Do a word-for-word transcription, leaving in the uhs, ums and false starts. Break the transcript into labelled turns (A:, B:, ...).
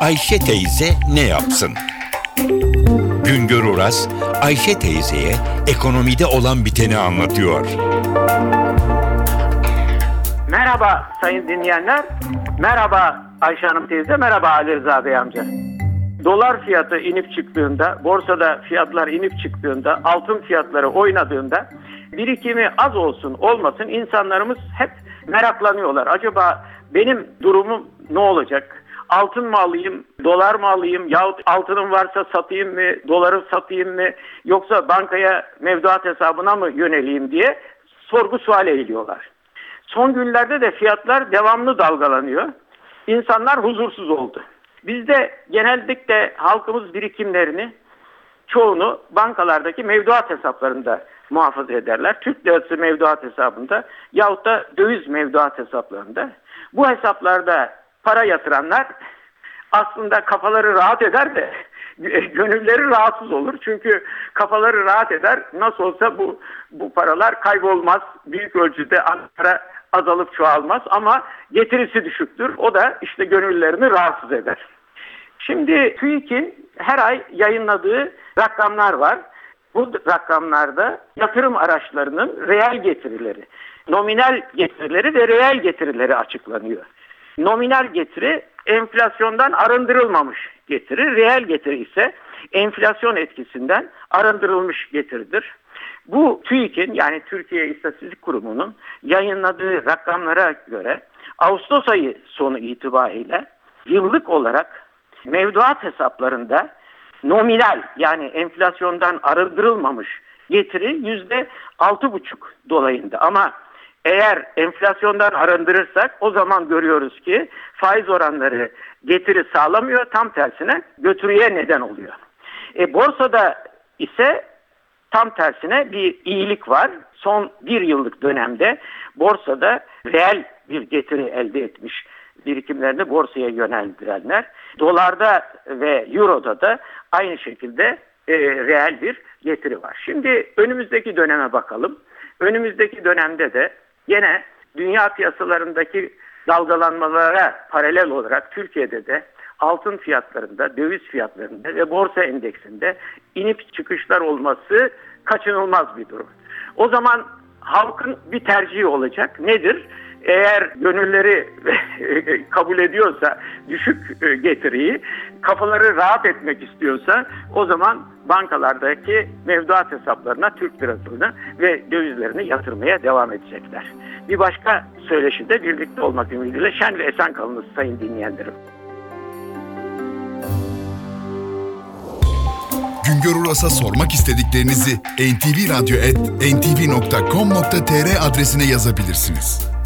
A: Ayşe teyze ne yapsın? Güngör Oras, Ayşe teyzeye ekonomide olan biteni anlatıyor.
B: Merhaba sayın dinleyenler. Merhaba Ayşe Hanım teyze, merhaba Ali Rıza Bey amca. Dolar fiyatı inip çıktığında, borsada fiyatlar inip çıktığında, altın fiyatları oynadığında birikimi az olsun olmasın insanlarımız hep meraklanıyorlar. Acaba benim durumum ne olacak? Altın mı alayım, dolar mı alayım yahut altınım varsa satayım mı, doları satayım mı yoksa bankaya mevduat hesabına mı yöneleyim diye sorgu sual eğiliyorlar. Son günlerde de fiyatlar devamlı dalgalanıyor. İnsanlar huzursuz oldu. Bizde genellikle halkımız birikimlerini çoğunu bankalardaki mevduat hesaplarında muhafaza ederler. Türk lirası mevduat hesabında yahut da döviz mevduat hesaplarında. Bu hesaplarda para yatıranlar aslında kafaları rahat eder de gönülleri rahatsız olur. Çünkü kafaları rahat eder. Nasıl olsa bu bu paralar kaybolmaz. Büyük ölçüde para azalıp çoğalmaz ama getirisi düşüktür. O da işte gönüllerini rahatsız eder. Şimdi TÜİK'in her ay yayınladığı rakamlar var. Bu rakamlarda yatırım araçlarının reel getirileri, nominal getirileri ve reel getirileri açıklanıyor. Nominal getiri enflasyondan arındırılmamış getiri, reel getiri ise enflasyon etkisinden arındırılmış getiridir. Bu TÜİK'in yani Türkiye İstatistik Kurumu'nun yayınladığı rakamlara göre Ağustos ayı sonu itibariyle yıllık olarak mevduat hesaplarında nominal yani enflasyondan arındırılmamış getiri yüzde altı buçuk dolayında. Ama eğer enflasyondan arındırırsak o zaman görüyoruz ki faiz oranları getiri sağlamıyor, tam tersine götürüye neden oluyor. E, borsada ise tam tersine bir iyilik var. Son bir yıllık dönemde borsada reel bir getiri elde etmiş birikimlerini borsaya yöneldirenler. Dolarda ve euroda da aynı şekilde e, reel bir getiri var. Şimdi önümüzdeki döneme bakalım. Önümüzdeki dönemde de yine dünya piyasalarındaki dalgalanmalara paralel olarak Türkiye'de de altın fiyatlarında, döviz fiyatlarında ve borsa endeksinde inip çıkışlar olması kaçınılmaz bir durum. O zaman halkın bir tercihi olacak. Nedir? Eğer gönülleri kabul ediyorsa düşük getiriyi, kafaları rahat etmek istiyorsa o zaman bankalardaki mevduat hesaplarına Türk lirasını ve dövizlerini yatırmaya devam edecekler. Bir başka söyleşide birlikte olmak ümidiyle şen ve esen kalınız sayın dinleyenlerim.
C: Güngör Oras'a sormak istediklerinizi en ti vi radyo et en ti vi nokta com nokta tr adresine yazabilirsiniz.